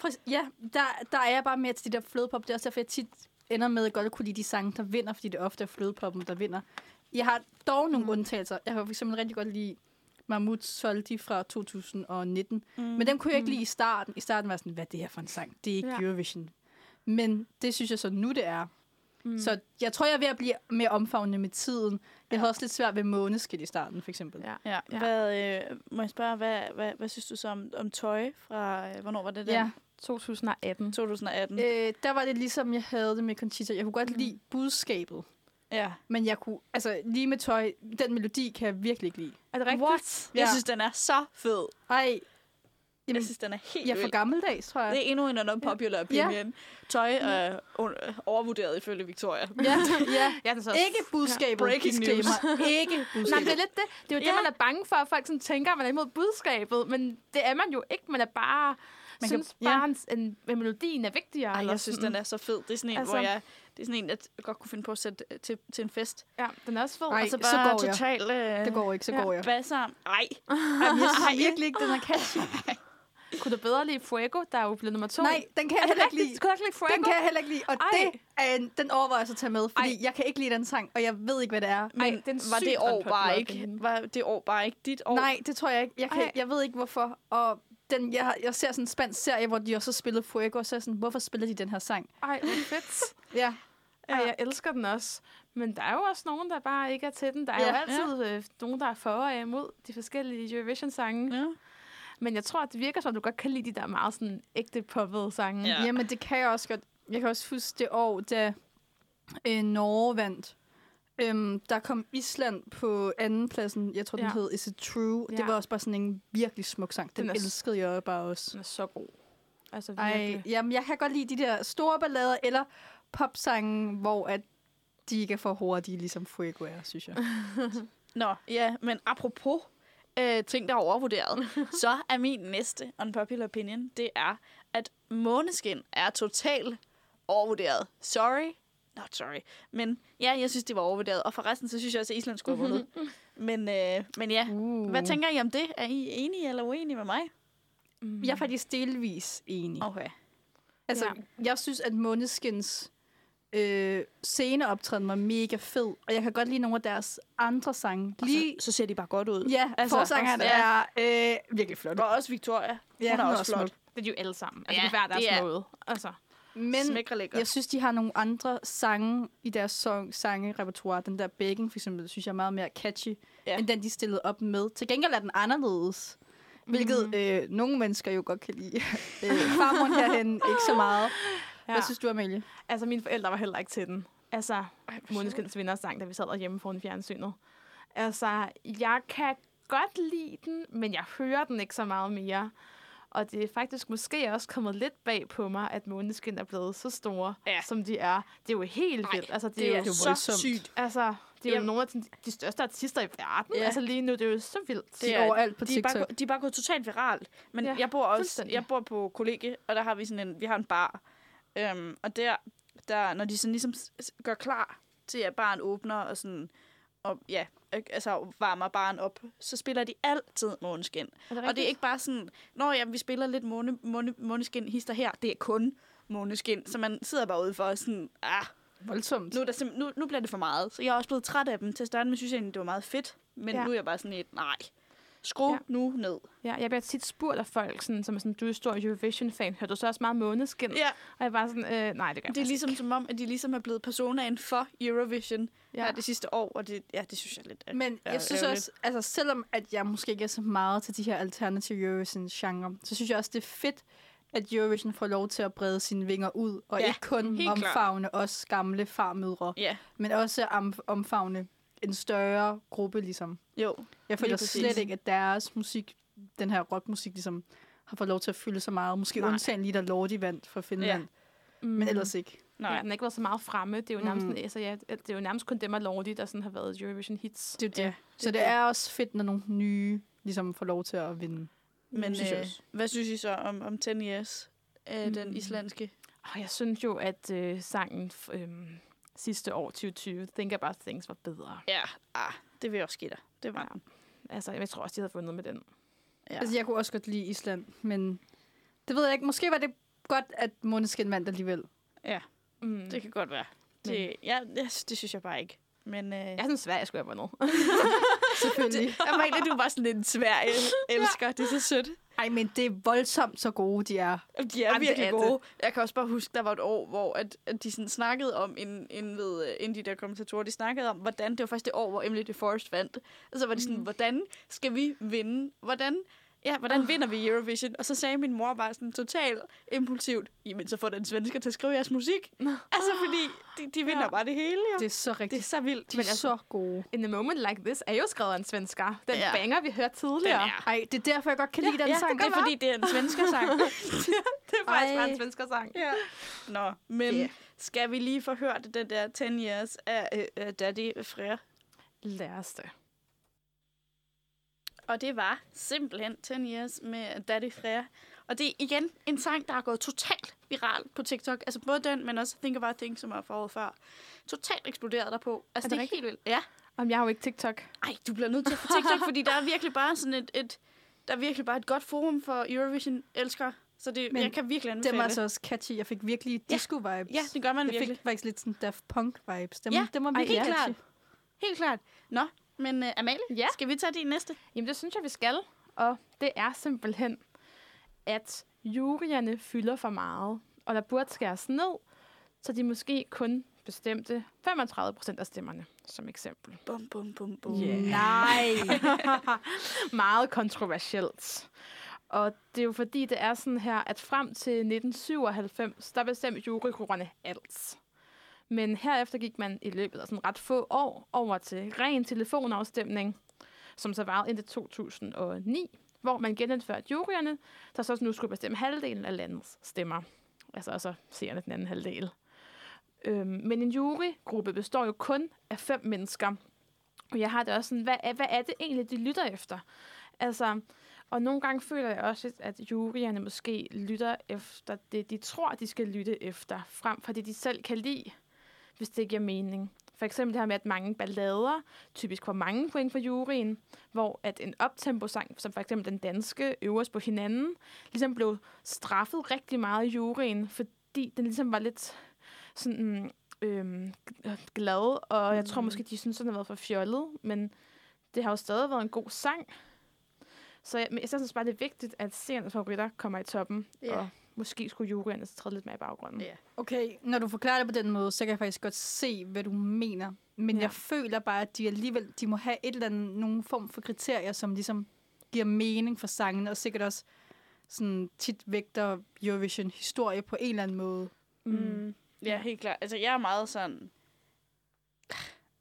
Speaker 4: Der er jeg bare mere til de der flødepop. Det er også derfor, jeg tit ender med at godt kunne lide de sange, der vinder, fordi det ofte er flødepoppen, der vinder. Jeg har dog nogle undtagelser. Jeg har for eksempel rigtig godt lide Mahmoud Soldi fra 2019. Men dem kunne jeg ikke lide i starten. I starten var jeg sådan, hvad er det her for en sang? Det er ikke Eurovision. Men det synes jeg så nu, det er. Så jeg tror, jeg er ved at blive mere omfavnende med tiden. Jeg havde også lidt svært ved Måneskin i starten, for eksempel.
Speaker 2: Ja.
Speaker 3: Må jeg spørge, hvad synes du så om Tøj fra... hvornår var det der?
Speaker 4: Ja.
Speaker 2: 2018.
Speaker 3: 2018.
Speaker 4: Der var det ligesom, jeg havde det med Conchita. Jeg kunne godt lide budskabet.
Speaker 3: Ja.
Speaker 4: Men jeg kunne, altså lige med Tøj, den melodi kan jeg virkelig ikke lide.
Speaker 2: Er det rigtigt?
Speaker 3: What? Jeg synes, den er så fed.
Speaker 4: Ej,
Speaker 3: Jeg synes, den er helt
Speaker 4: jeg er for
Speaker 3: vild.
Speaker 4: gammeldags, tror jeg.
Speaker 3: Det er endnu en unpopular opinion. Tøj er overvurderet ifølge Victoria.
Speaker 4: Ja.
Speaker 2: Ja, det er så
Speaker 4: Ikke budskabet.
Speaker 3: Breaking news.
Speaker 4: Disclaimer. Ikke
Speaker 2: Nej,
Speaker 4: budskabet.
Speaker 2: men det er lidt det. Det er jo det, man er bange for, at folk sådan tænker, at man er imod budskabet. Men det er man jo ikke. Man er bare...
Speaker 4: Man
Speaker 2: synes
Speaker 4: kan-
Speaker 2: bare, en melodien er vigtigere.
Speaker 3: Ej,
Speaker 2: eller
Speaker 3: jeg synes,
Speaker 2: sådan.
Speaker 3: den er så fed. Det er sådan en,
Speaker 2: Altså-
Speaker 3: hvor jeg godt kunne finde på at sætte til en fest.
Speaker 2: Ja, den er også fed.
Speaker 4: Ej,
Speaker 3: Altså
Speaker 4: så
Speaker 3: bare
Speaker 4: går jeg.
Speaker 3: total...
Speaker 4: Det går ikke, så går jeg.
Speaker 3: Basser. Ej.
Speaker 4: Ej, men jeg synes virkelig ikke, den er catchy.
Speaker 2: Kunne du bedre lide Fuego, der er jo blevet nummer 2?
Speaker 4: Nej, den kan jeg heller ikke lide.
Speaker 2: Skulle du ikke lide Fuego?
Speaker 4: Den kan jeg heller ikke lide, og
Speaker 2: Ej.
Speaker 4: det er den overvejer jeg så at tage med, fordi
Speaker 2: Ej.
Speaker 4: jeg kan ikke lide den sang, og jeg ved ikke, hvad det er.
Speaker 3: Men
Speaker 2: det er en
Speaker 3: var det
Speaker 2: sygt
Speaker 3: år
Speaker 2: unpopular
Speaker 3: bare ikke?
Speaker 2: opinion.
Speaker 3: Var det år bare ikke dit år?
Speaker 4: Nej, det tror jeg ikke.
Speaker 2: Ej.
Speaker 4: Jeg ved ikke, hvorfor. Og jeg ser sådan en spansk serie, hvor de også spillede Fuego, og så er jeg sådan, hvorfor spiller de den her sang?
Speaker 2: Ej, hvor fedt.
Speaker 4: Ja.
Speaker 2: Ja, jeg elsker den også. Men der er jo også nogen, der bare ikke er til den. Der er jo altid nogen, der er for og imod de forskellige Eurovision-sange.
Speaker 3: Ja.
Speaker 2: Men jeg tror, at det virker som, at du godt kan lide de der meget sådan ægte poppede sange.
Speaker 3: Ja.
Speaker 4: Jamen, det kan jeg også godt. Jeg kan også huske det år, da Norge vandt. Der kom Island på anden pladsen. Jeg tror, den hed Is It True?
Speaker 2: Ja.
Speaker 4: Det var også bare sådan en virkelig smuk sang. Den
Speaker 2: Den er
Speaker 4: elskede jeg bare også.
Speaker 2: Den er så god. Altså
Speaker 4: Ej,
Speaker 2: virkelig.
Speaker 4: jamen, jeg kan godt lide de der store ballader, eller popsange, hvor at de ikke er for hurtige, ligesom Fuego er, synes jeg.
Speaker 3: Nå, ja, men apropos ting, der er overvurderet, så er min næste unpopular opinion, det er, at Måneskin er totalt overvurderet. Not sorry. Men ja, jeg synes, det var overvurderet. Og forresten, så synes jeg også, at Island skulle have vundet. Men ja, hvad tænker I om det? Er I enige eller uenige med mig?
Speaker 4: Jeg er faktisk delvis enig.
Speaker 3: Okay.
Speaker 4: Altså,
Speaker 2: Ja.
Speaker 4: jeg synes, at Måneskins sceneoptræden var mega fed, og jeg kan godt lide nogle af deres andre sange. Lige,
Speaker 3: Så ser de bare godt ud.
Speaker 4: ja,
Speaker 3: altså,
Speaker 4: forsangeren
Speaker 3: også-
Speaker 4: er virkelig flot.
Speaker 3: Og også Victoria.
Speaker 4: Ja,
Speaker 3: Hun er
Speaker 4: hun er
Speaker 3: også
Speaker 4: også
Speaker 3: flot.
Speaker 4: smuk.
Speaker 2: Det er de jo alle sammen. Altså,
Speaker 3: Ja,
Speaker 2: det er hver deres
Speaker 3: det er-
Speaker 2: måde. Altså.
Speaker 4: Men
Speaker 3: Smækker lækker.
Speaker 4: jeg synes, de har nogle andre sange i deres sangerepertoire. Den der Begging, for eksempel, synes jeg er meget mere catchy, end den, de stillede op med. Til gengæld er den anderledes. Hvilket nogle mennesker jo godt kan lide. Farmoren herhen ikke så meget. Hvad synes du, Amalie?
Speaker 2: Altså, mine forældre var heller ikke til den. Altså, Måneskins vindersang, da vi sad derhjemme foran fjernsynet. Altså, jeg kan godt lide den, men jeg hører den ikke så meget mere. Og det er faktisk måske også kommet lidt bag på mig, at Måneskin er blevet så store, som de er. Det er jo helt vildt. Altså,
Speaker 3: det er så sygt.
Speaker 2: Altså, det er jo nogle af de største artister i verden. Ja. Altså lige nu, det er jo så vildt.
Speaker 4: Det er overalt på TikTok.
Speaker 3: De er bare gået totalt viralt. Men jeg bor på kollegie, og der har vi vi har en bar. Og der, når de sådan ligesom gør klar til, at baren åbner, og sådan, og varmer baren op, så spiller de altid Måneskin. Og det er ikke bare sådan, vi spiller lidt Måneskin hister her, det er kun Måneskin. Så man sidder bare ude for sådan,
Speaker 4: voldsomt.
Speaker 3: Nu bliver det for meget. Så jeg er også blevet træt af dem. Til at starte med synes jeg egentlig, det var meget fedt. Men nu er jeg bare sådan skru nu ned.
Speaker 2: Ja, jeg bliver tit spurgt af folk, sådan, som er sådan, du er stor Eurovision-fan. Hører du så også meget Måneskin?
Speaker 3: Ja.
Speaker 2: Og jeg bare sådan, nej, det gør
Speaker 3: det er ligesom som om, at de ligesom er blevet personaen for Eurovision her det sidste år. Og det synes jeg lidt.
Speaker 4: Men jeg synes også, altså selvom at jeg måske ikke er så meget til de her alternative Eurovision-genre, så synes jeg også, det er fedt, at Eurovision får lov til at brede sine vinger ud, og ikke kun omfavne os gamle farmødre, men også omfavne en større gruppe, ligesom.
Speaker 3: Jo.
Speaker 4: Jeg føler slet ikke, at deres musik, den her rockmusik, ligesom, har fået lov til at fylde så meget. Måske undtagen lige, der Lordi vandt fra Finland. Ja. Men ellers ikke.
Speaker 2: Nej, den har ikke været så meget fremme. Det er jo nærmest, det er jo nærmest kun dem og Lordi, der sådan har været Eurovision hits.
Speaker 4: Det er det. Så det er også fedt, når nogle nye ligesom får lov til at vinde.
Speaker 3: Men hvad synes I så om 10 Years, den islandske?
Speaker 2: Jeg synes jo, at sangen sidste år, 2020, Think About Things, var bedre.
Speaker 3: Ja, det vil jeg også give dig. Det var den.
Speaker 2: Altså, jeg tror også, de havde fundet med den.
Speaker 4: Ja. Altså, jeg kunne også godt lide Island, men det ved jeg ikke. Måske var det godt, at Måneskin vandt alligevel.
Speaker 3: Ja, det kan godt være. Det synes jeg bare ikke. Men,
Speaker 2: jeg synes, Sverige skulle have vundet.
Speaker 4: Selvfølgelig.
Speaker 3: Jeg mener, du var sådan en Sverige-elsker. Det er så sødt.
Speaker 4: Ej, men det er voldsomt så gode, de er.
Speaker 3: De er virkelig gode. Jeg kan også bare huske, der var et år, hvor at de sådan snakkede om, inden de der kommentatorer, de snakkede om, hvordan, det var faktisk det år, hvor Emily DeForest vandt. Og så var de sådan, hvordan skal vi vinde? Hvordan vinder vi Eurovision? Og så sagde min mor bare sådan totalt impulsivt, jamen så får den svensker til at skrive jeres musik. Altså fordi, de vinder bare det hele. Jo.
Speaker 4: Det er så rigtigt.
Speaker 3: Det er så vildt.
Speaker 4: De er så gode.
Speaker 2: In a Moment Like This er jo skrevet af en svensker. Den banger, vi hørte tidligere.
Speaker 4: Ej, det er derfor, jeg godt kan lide den sang.
Speaker 3: Det er fordi, det er en svensker-sang.
Speaker 2: Det er faktisk bare en svensker-sang.
Speaker 3: Ja. Nå, men skal vi lige få hørt den der 10 Years af Daddy Frère?
Speaker 2: Lad os det.
Speaker 3: Og det var simpelthen 10 Years med Daddy Frère. Og det er igen en sang, der er gået totalt viral på TikTok. Altså både den, men også Think About Things, som var foråret før. Totalt eksploderet derpå. Altså det er helt vildt. Ja.
Speaker 2: Om jeg har jo ikke TikTok.
Speaker 3: Ej, du bliver nødt til at få TikTok, fordi der er virkelig bare sådan der er virkelig bare et godt forum for Eurovision-elskere. Så jeg kan virkelig anbefale det.
Speaker 4: Det var altså også catchy. Jeg fik virkelig disco-vibes.
Speaker 3: Ja, det gør man virkelig.
Speaker 4: Jeg fik faktisk lidt sådan Daft Punk-vibes. Det var
Speaker 3: virkelig catchy. Helt klart. Nå, men Amalie, skal vi tage din næste?
Speaker 2: Jamen, det synes jeg, vi skal. Og det er simpelthen, at juryerne fylder for meget, og der burde skæres ned, så de måske kun bestemte 35% af stemmerne, som eksempel.
Speaker 3: Bum, bum, bum, bum.
Speaker 2: Yeah. Nej! Meget kontroversielt. Og det er jo fordi, det er sådan her, at frem til 1997, der bestemte jurygrupperne alt. Men herefter gik man i løbet af sådan ret få år over til ren telefonafstemning, som så varede indtil 2009, hvor man genindførte juryerne, der så nu skulle bestemme halvdelen af landets stemmer. Altså så seerne den anden halvdel. Men en jurygruppe består jo kun af 5 mennesker. Og jeg har det også sådan, hvad er det egentlig, de lytter efter? Altså, og nogle gange føler jeg også, at juryerne måske lytter efter det, de tror, de skal lytte efter, frem for det, de selv kan lide, hvis det giver mening. For eksempel det her med, at mange ballader typisk får mange point for juryen, hvor at en optempo-sang, som for eksempel den danske, Øverst på hinanden, ligesom blev straffet rigtig meget i juryen, fordi den ligesom var lidt sådan glad, og jeg tror måske, de synes, den har været for fjollet, men det har jo stadig været en god sang. Så jeg synes bare, det er vigtigt, at seriernes favoritter kommer i toppen, og måske skulle juryerne træde lidt mere i baggrunden.
Speaker 3: Yeah.
Speaker 4: Okay, når du forklarer det på den måde, så kan jeg faktisk godt se, hvad du mener. Men jeg føler bare, at de alligevel må have et eller andet, nogen form for kriterier, som ligesom giver mening for sangen, og sikkert også sådan tit vægter Eurovision-historie på en eller anden måde.
Speaker 3: Ja, helt klart. Altså, jeg er meget sådan...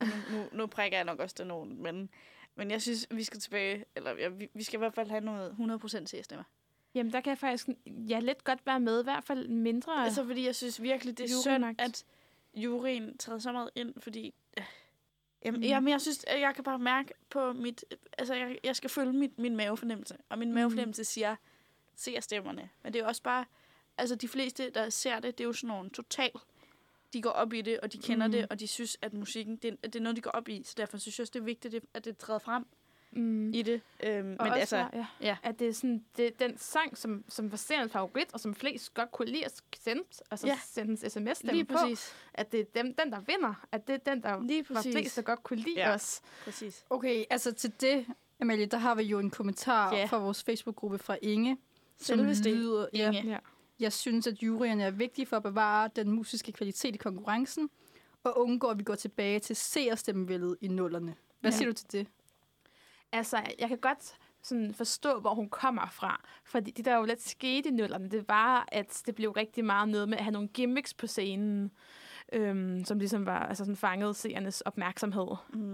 Speaker 3: Nu prikker jeg nok også til nogen, men jeg synes, vi skal tilbage, eller vi skal i hvert fald have noget 100% CS-stemmer.
Speaker 2: Jamen, der kan jeg faktisk lidt godt være med, i hvert fald mindre.
Speaker 3: Altså, fordi jeg synes virkelig, det er synd, at juryen træder så meget ind, fordi... Jamen, jeg synes, at jeg kan bare mærke på mit... Altså, jeg skal følge min mavefornemmelse, og min mavefornemmelse siger, ser stemmerne. Men det er også bare... Altså, de fleste, der ser det, det er jo sådan nogle de går op i det, og de kender det, og de synes, at musikken, det er noget, de går op i. Så derfor synes jeg også, det er vigtigt, at det træder frem i det. Men
Speaker 2: også
Speaker 3: altså,
Speaker 2: at det er sådan, det er den sang, som var serens favorit, og som flest godt kunne lide at sende, og så sende en sms-stemme på, at det er den, der vinder. At det er den, der var flest, der godt kunne lide os.
Speaker 3: Præcis.
Speaker 4: Okay, altså til det, Amalie, der har vi jo en kommentar fra vores Facebook-gruppe fra Inge, som lyder...
Speaker 3: Inge.
Speaker 4: Jeg synes, at juryerne er vigtige for at bevare den musiske kvalitet i konkurrencen, og undgå, at vi går tilbage til seerstemmevældet i nullerne. Hvad siger du til det?
Speaker 2: Altså, jeg kan godt sådan forstå, hvor hun kommer fra. Fordi det, der jo lidt skete i nullerne, det var, at det blev rigtig meget noget med at have nogle gimmicks på scenen, som ligesom var altså sådan fangede seernes opmærksomhed.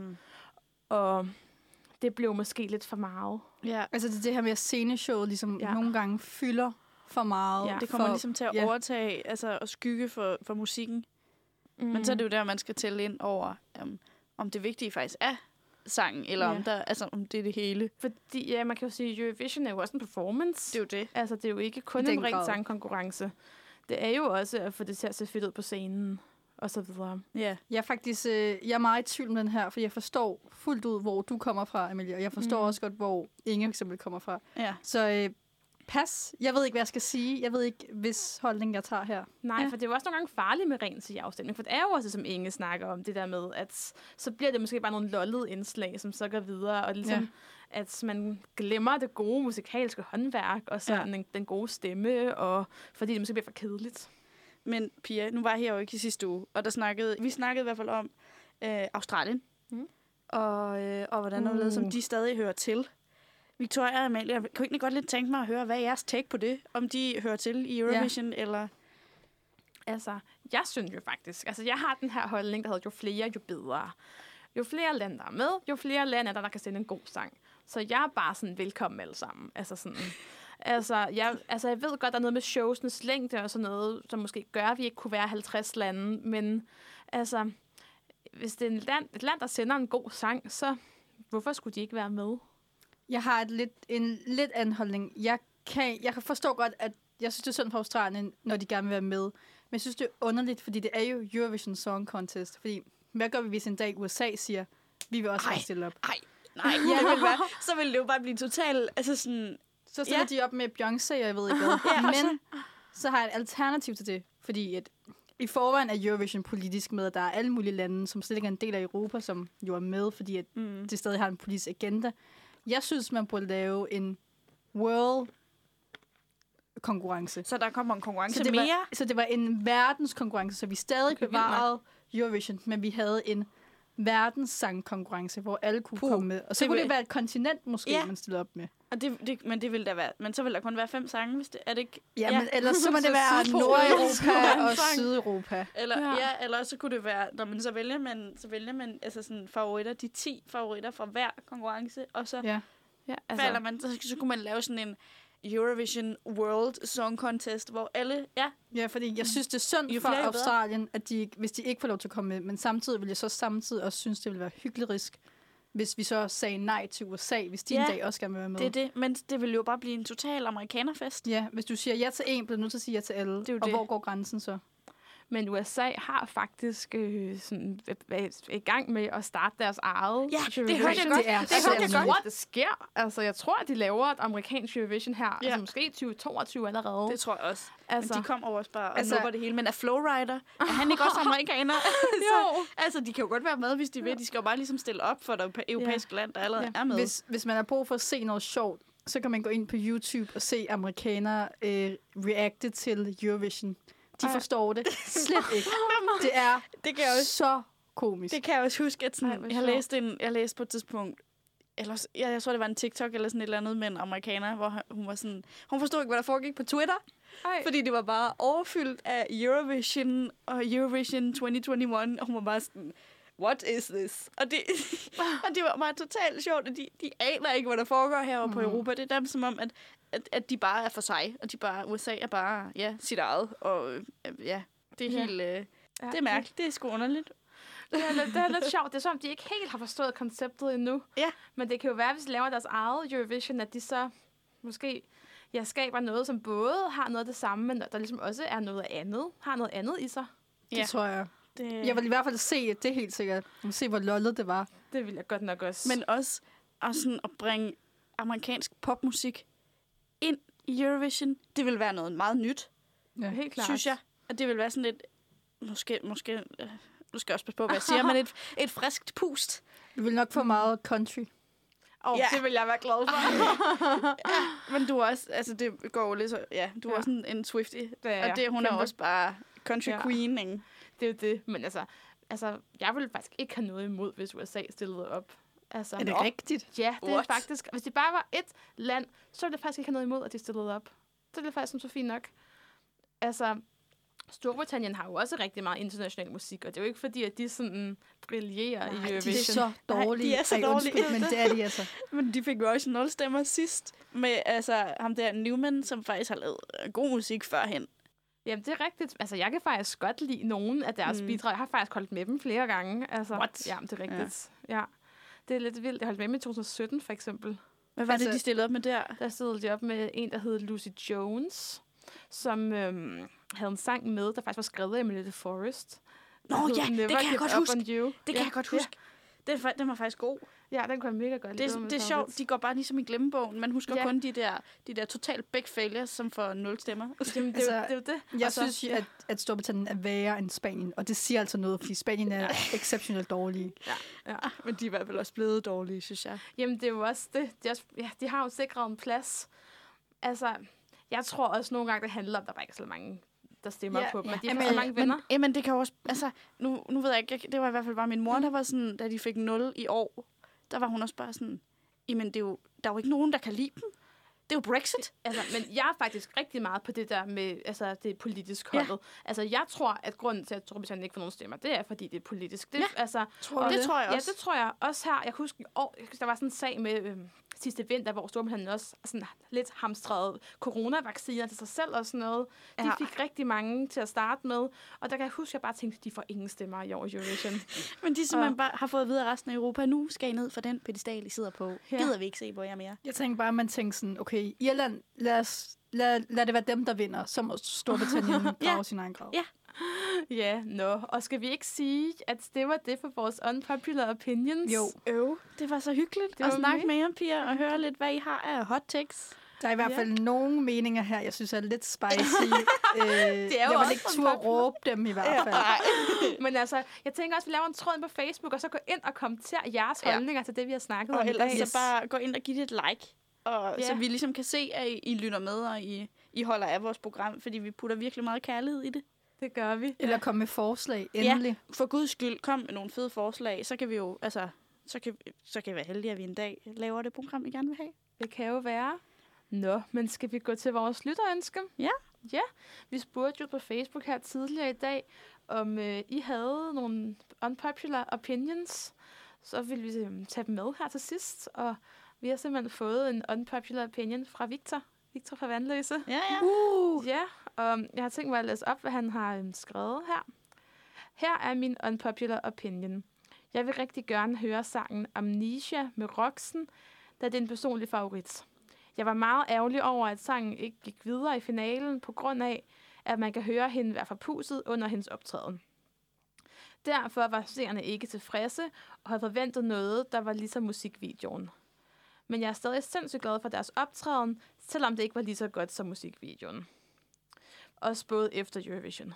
Speaker 2: Og det blev måske lidt for meget.
Speaker 4: Ja. Altså det her med, at sceneshowet ligesom nogle gange fylder for meget.
Speaker 3: Ja. Det kommer ligesom til at overtage, altså at skygge for musikken. Men så er det jo der, man skal tælle ind over, om det vigtige faktisk er sangen, eller om det er det hele.
Speaker 2: Fordi, man kan jo sige, Eurovision er jo også en performance.
Speaker 3: Det er jo det.
Speaker 2: Altså, det er jo ikke kun en ren sangkonkurrence. Det er jo også at få det til at se fedt ud på scenen, og så videre.
Speaker 3: Ja.
Speaker 4: Jeg er meget i tvivl med den her, for jeg forstår fuldt ud, hvor du kommer fra, Amalie, og jeg forstår også godt, hvor Inge for eksempel kommer fra.
Speaker 3: Ja.
Speaker 4: Så pas. Jeg ved ikke, hvad jeg skal sige. Jeg ved ikke, hvis holdning jeg tager her.
Speaker 2: Nej, for det er jo også nogle gange farligt med ren afstemning. For det er jo også, som Inge snakker om, det der med, at så bliver det måske bare nogle lollede indslag, som så går videre. Og ligesom, at man glemmer det gode musikalske håndværk, og så den gode stemme, og fordi det måske bliver for kedeligt.
Speaker 3: Men Pia, nu var jeg her jo ikke i sidste uge, og vi snakkede i hvert fald om Australien, og hvordan noget, som de stadig hører til. Victoria og Amalie, jeg kunne egentlig godt lidt tænke mig at høre, hvad er jeres take på det? Om de hører til i Eurovision, eller...
Speaker 2: Altså, jeg synes jo faktisk... Altså, jeg har den her holdning, der hedder, jo flere, jo bedre. Jo flere lande, der er med, jo flere lande, der kan sende en god sang. Så jeg er bare sådan, velkommen alle sammen. Altså sådan... jeg ved godt, der er noget med showsens længde og sådan noget, som måske gør, at vi ikke kunne være 50 lande. Men altså, hvis det er et land, der sender en god sang, så hvorfor skulle de ikke være med?
Speaker 4: Jeg har en lidt anden holdning. Jeg kan forstå godt, at jeg synes, det er synd for Australien, når de gerne vil være med. Men jeg synes, det er underligt, fordi det er jo Eurovision Song Contest. Fordi, hvad gør vi, hvis en dag USA siger, vi vil også stille op?
Speaker 3: Nej, så vil det jo bare blive totalt... Altså sådan,
Speaker 4: så stiller de op med Beyoncé, og jeg ved ikke hvad. Men så har jeg et alternativ til det. Fordi at i forvejen er Eurovision politisk med, at der er alle mulige lande, som slet ikke er en del af Europa, som jo er med, fordi at det stadig har en politisk agenda. Jeg synes, man burde lave en world-konkurrence.
Speaker 3: Så der kommer en konkurrence mere?
Speaker 4: Så det var en verdenskonkurrence, så vi stadig bevarede Eurovision, men vi havde en verdenssangkonkurrence, hvor alle kunne komme med. Og så kunne det være et kontinent, måske, man stillede op med.
Speaker 3: Og men det ville der være. Men så vil der kun være 5 sange, hvis det er det ikke...
Speaker 4: Ja, men ellers så må det være Nordeuropa og Sydeuropa.
Speaker 3: Eller så kunne det være... Når man så vælger man altså sådan favoritter, de 10 favoritter fra hver konkurrence, og så falder man... Så kunne man lave sådan en Eurovision World Song Contest, hvor alle...
Speaker 4: Ja, fordi jeg synes, det er synd for Australien, at hvis de ikke får lov til at komme med, men samtidig vil jeg så også synes, det ville være hyklerisk, hvis vi så sagde nej til USA, hvis de en dag også gerne vil være med.
Speaker 3: Det er det, men det vil jo bare blive en total amerikanerfest.
Speaker 4: Ja, hvis du siger ja til en, bliver du nødt til at sige ja til alle. Hvor går grænsen så?
Speaker 2: Men USA har faktisk været i gang med at starte deres eget.
Speaker 3: Ja, det hørte jeg godt.
Speaker 2: Det sker. Altså, jeg tror, at de laver et amerikansk Eurovision her. Ja. Altså, måske 2022 allerede.
Speaker 3: Det tror jeg også. Altså, men de kom over bare og nupper det hele. Men er Flowrider, er han ikke også amerikaner?
Speaker 2: Jo.
Speaker 3: Altså, de kan jo godt være med, hvis de vil. De skal jo bare ligesom stille op for det europæiske land, der allerede er med.
Speaker 4: Hvis man har brug for at se noget sjovt, så kan man gå ind på YouTube og se amerikanere reacte til Eurovision. De forstår det slet ikke. Det er så komisk.
Speaker 3: Det kan jeg også huske, at sådan, jeg læste på et tidspunkt, jeg tror, det var en TikTok eller sådan et eller andet med en amerikaner, hvor hun var sådan, hun forstod ikke, hvad der foregik på Twitter. Fordi det var bare overfyldt af Eurovision og Eurovision 2021, og hun var bare sådan, what is this? Og det var meget totalt sjovt, at de aner ikke, hvad der foregår herovre på Europa. Det er dem som om, at de bare er for sig, og USA er bare sit eget. Og det er helt... det er mærkeligt. Det er sgu underligt.
Speaker 2: Det er lidt sjovt. Det er som om, de ikke helt har forstået konceptet endnu.
Speaker 3: Ja.
Speaker 2: Men det kan jo være, hvis de laver deres eget Eurovision, at de så måske skaber noget, som både har noget af det samme, men der ligesom også er noget andet. Har noget andet i sig.
Speaker 4: Det tror jeg. Jeg vil i hvert fald se, det helt sikkert. Jeg vil se, hvor lollet det var.
Speaker 2: Det vil jeg godt nok også.
Speaker 3: Men også sådan at bringe amerikansk popmusik ind i Eurovision, det vil være noget meget nyt.
Speaker 2: Ja, helt klart.
Speaker 3: Synes jeg. Og det vil være sådan lidt, måske nu skal jeg også passe på, hvad jeg siger, men et friskt pust.
Speaker 4: Du vil nok få meget country.
Speaker 2: Det vil jeg være glad for.
Speaker 3: Men du er også, altså det går jo lidt så, du er også en Swiftie. Og hun er også bare country queen, ikke?
Speaker 2: Det er jo det, men altså, jeg ville faktisk ikke have noget imod, hvis USA stillede op. Altså,
Speaker 4: er det rigtigt?
Speaker 2: Ja, det er faktisk. Hvis det bare var et land, så ville jeg faktisk ikke have noget imod, at de stillede op. Så ville det faktisk så fint nok. Altså, Storbritannien har jo også rigtig meget international musik, og det er jo ikke fordi, at de sådan brillerer i Eurovision.
Speaker 4: De er så dårlige.
Speaker 3: De er så dårlige.
Speaker 4: Men det er de altså.
Speaker 3: Men de fik jo også 0 stemmer sidst med ham der Newman, som faktisk har lavet god musik førhen.
Speaker 2: Jamen, det er rigtigt. Altså, jeg kan faktisk godt lide nogen af deres bidrag. Jeg har faktisk holdt med dem flere gange. Altså,
Speaker 3: What?
Speaker 2: Ja, det er rigtigt. Ja. Det er lidt vildt. Jeg holdt med dem i 2017, for eksempel.
Speaker 3: Hvad var det, de stillede op med der?
Speaker 2: Der stillede de op med en, der hed Lucy Jones, som havde en sang med, der faktisk var skrevet af Emily Forrest.
Speaker 3: Nå ja, det kan jeg godt huske. Det kan jeg godt huske. Den var faktisk god.
Speaker 2: Ja, den kunne jeg mega godt lide.
Speaker 3: Det er sjovt, de går bare ligesom i glemmebogen. Man husker kun de der totalt big failures, som får 0 stemmer.
Speaker 2: Jamen, det er jo det.
Speaker 4: Jeg synes, at Storbritannien er værre end Spanien, og det siger altså noget, fordi Spanien er exceptionelt dårlige.
Speaker 2: Ja.
Speaker 3: Men de er i hvert fald også blevet dårlige, synes jeg.
Speaker 2: Jamen, det er jo også det. De har jo sikret en plads. Altså, jeg tror også nogle gange, det handler om, der bare ikke er så mange, der stemmer på dem. De har så mange venner.
Speaker 3: Jamen, det kan jo også... Altså, nu ved jeg ikke, det var i hvert fald bare min mor, der var sådan, da de fik 0 i år, der var hun også bare sådan, jamen, der er jo ikke nogen, der kan lide dem. Det er jo Brexit.
Speaker 2: Altså, men jeg er faktisk rigtig meget på det der med det politisk holdet. Ja. Altså, jeg tror, at grunden til, at Storbritannien ikke får nogen stemmer, det er, fordi det er politisk. Det
Speaker 3: tror jeg også.
Speaker 2: Ja, det tror jeg også her. Jeg kan huske, der var sådan en sag med sidste vinter, hvor Storbritannien også sådan lidt hamstrede coronavacciner til sig selv og sådan noget. De fik rigtig mange til at starte med. Og der kan jeg huske, at jeg bare tænkte, at de får ingen stemmer i år i Eurovision.
Speaker 3: Men de simpelthen bare har fået videre resten af Europa. Nu skal I ned for den pedestal, I sidder på. Gider vi ikke se på jer mere?
Speaker 4: Jeg tænker bare, at man tænker sådan, okay, Irland, lad det være dem, der vinder. Så må Storbritannien grave sin egen grav.
Speaker 3: Ja.
Speaker 2: Ja, og skal vi ikke sige, at det var det for vores unpopular opinions?
Speaker 3: Jo. Det var så hyggeligt at snakke med jer, piger, og høre lidt, hvad I har af hot takes.
Speaker 4: Der er i hvert fald nogle meninger her, jeg synes er lidt spicy. Jeg vil ikke turde råbe dem i hvert fald.
Speaker 2: Men altså, jeg tænker også, at vi laver en tråd på Facebook, og så gå ind og kommentere jeres holdninger til det, vi har snakket om.
Speaker 3: Og ellers så bare gå ind og give det et like. Så vi ligesom kan se, at I lytter med, og I holder af vores program, fordi vi putter virkelig meget kærlighed i det.
Speaker 2: Det gør vi.
Speaker 4: Eller komme med forslag, endelig.
Speaker 3: Ja, for guds skyld, kom med nogle fede forslag. Så kan vi jo, så kan vi være heldige, at vi en dag laver det program, vi gerne vil have.
Speaker 2: Det kan jo være. Men skal vi gå til vores lytterønske?
Speaker 3: Ja.
Speaker 2: Ja, vi spurgte jo på Facebook her tidligere i dag, om I havde nogle unpopular opinions. Så vil vi tage dem med her til sidst, og vi har simpelthen fået en unpopular opinion fra Victor fra Vandløse.
Speaker 3: Ja.
Speaker 2: Ja, og jeg har tænkt mig at læse op, hvad han har skrevet her. Her er min unpopular opinion. Jeg vil rigtig gerne høre sangen Amnesia med Roxen, da det er en personlig favorit. Jeg var meget ærgerlig over, at sangen ikke gik videre i finalen, på grund af, at man kan høre hende være forpudset under hendes optræden. Derfor var seerne ikke tilfredse og havde forventet noget, der var ligesom musikvideoen. Men jeg er stadig sindssygt glad for deres optræden, selvom det ikke var lige så godt som musikvideoen. Også både efter Eurovision.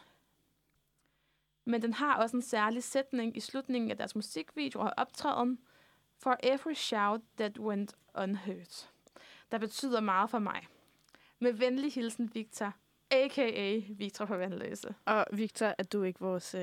Speaker 2: Men den har også en særlig sætning i slutningen af deres musikvideo og optræden. For every shout that went unheard. Der betyder meget for mig. Med venlig hilsen, Victor, a.k.a. Victor fra Vandløse.
Speaker 3: Og Victor, er du ikke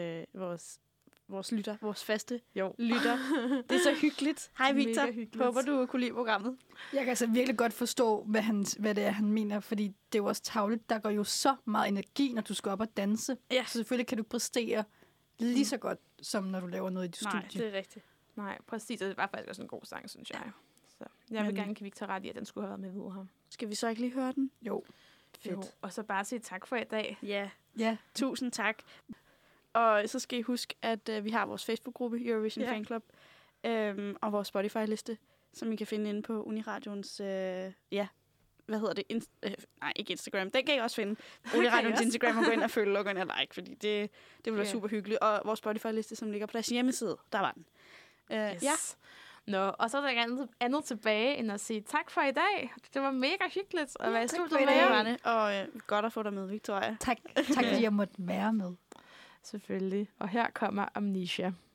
Speaker 3: vores lytter, vores faste lytter? Det er så hyggeligt. Hej Victor, håber du kunne lide programmet.
Speaker 4: Jeg kan altså virkelig godt forstå, hvad det er, han mener, fordi det er jo også tarveligt. Der går jo så meget energi, når du skal op og danse.
Speaker 3: Ja.
Speaker 4: Så selvfølgelig kan du præstere lige så godt, som når du laver noget i dit
Speaker 3: Nej,
Speaker 4: studie.
Speaker 3: det er rigtigt.
Speaker 2: Nej, præcis. Det var faktisk også en god sang, synes jeg. Så jeg vil gerne give Victor ret i, at den skulle have været med videre.
Speaker 3: Skal vi så ikke lige høre den?
Speaker 4: Jo.
Speaker 2: Fedt. Jo. Og så bare sige tak for i dag.
Speaker 3: Ja. Tusind tak. Og så skal I huske, at vi har vores Facebook-gruppe, Eurovision Fan Club, og vores Spotify-liste, som I kan finde inde på Uniradions, hvad hedder det? Nej, ikke Instagram. Den kan I også finde. Uniradions Instagram, og gå ind og følge, og gå ind og like, fordi det vil være super hyggeligt. Og vores Spotify-liste, som ligger på deres hjemmeside, der var den.
Speaker 2: Yes. Ja. Nå, og så er der ikke andet tilbage, end at sige tak for i dag. Det var mega hyggeligt at være i studiet med jer.
Speaker 3: Og godt at få dig med, Victoria.
Speaker 4: Tak fordi jeg måtte være med.
Speaker 2: Selvfølgelig. Og her kommer Amnesia.